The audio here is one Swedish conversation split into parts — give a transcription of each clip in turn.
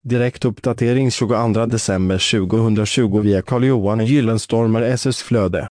Direktuppdatering 22 december 2020 via Carl-Johan Gyllenstormer SS Flöde.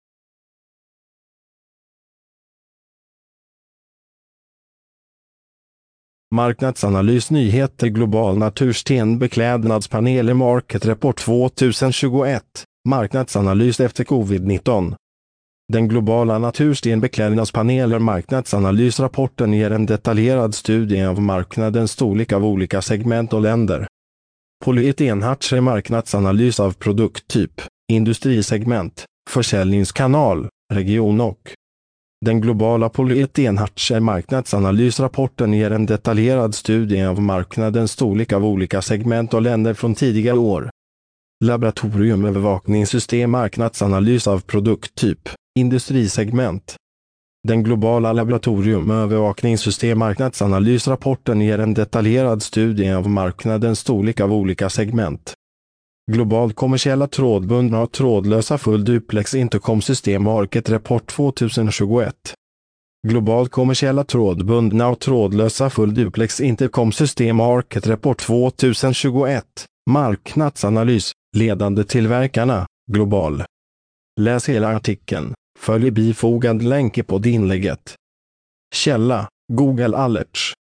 Marknadsanalys nyheter global naturstenbeklädnadspaneler Market Report 2021, marknadsanalys efter covid-19. Den globala naturstenbeklädnadspaneler marknadsanalysrapporten ger en detaljerad studie av marknadens storlek av olika segment och länder. Polyeten-Hatcher marknadsanalys av produkttyp, industrisegment, försäljningskanal, region och. Den globala Polyeten-Hatcher marknadsanalysrapporten ger en detaljerad studie av marknadens storlek av olika segment och länder från tidigare år. Laboratoriumövervakningssystem marknadsanalys av produkttyp, industrisegment. Den globala laboratoriumövervakningssystem marknadsanalysrapporten ger en detaljerad studie av marknadens storlek av olika segment. Globalt kommersiella trådbundna och trådlösa full duplex intercom-system Market Report 2021. Globalt kommersiella trådbundna och trådlösa full duplex intercom-system Market Report 2021. Marknadsanalys, ledande tillverkarna, global. Läs hela artikeln, följ bifogad länk på inlägget. Källa, Google Alerts.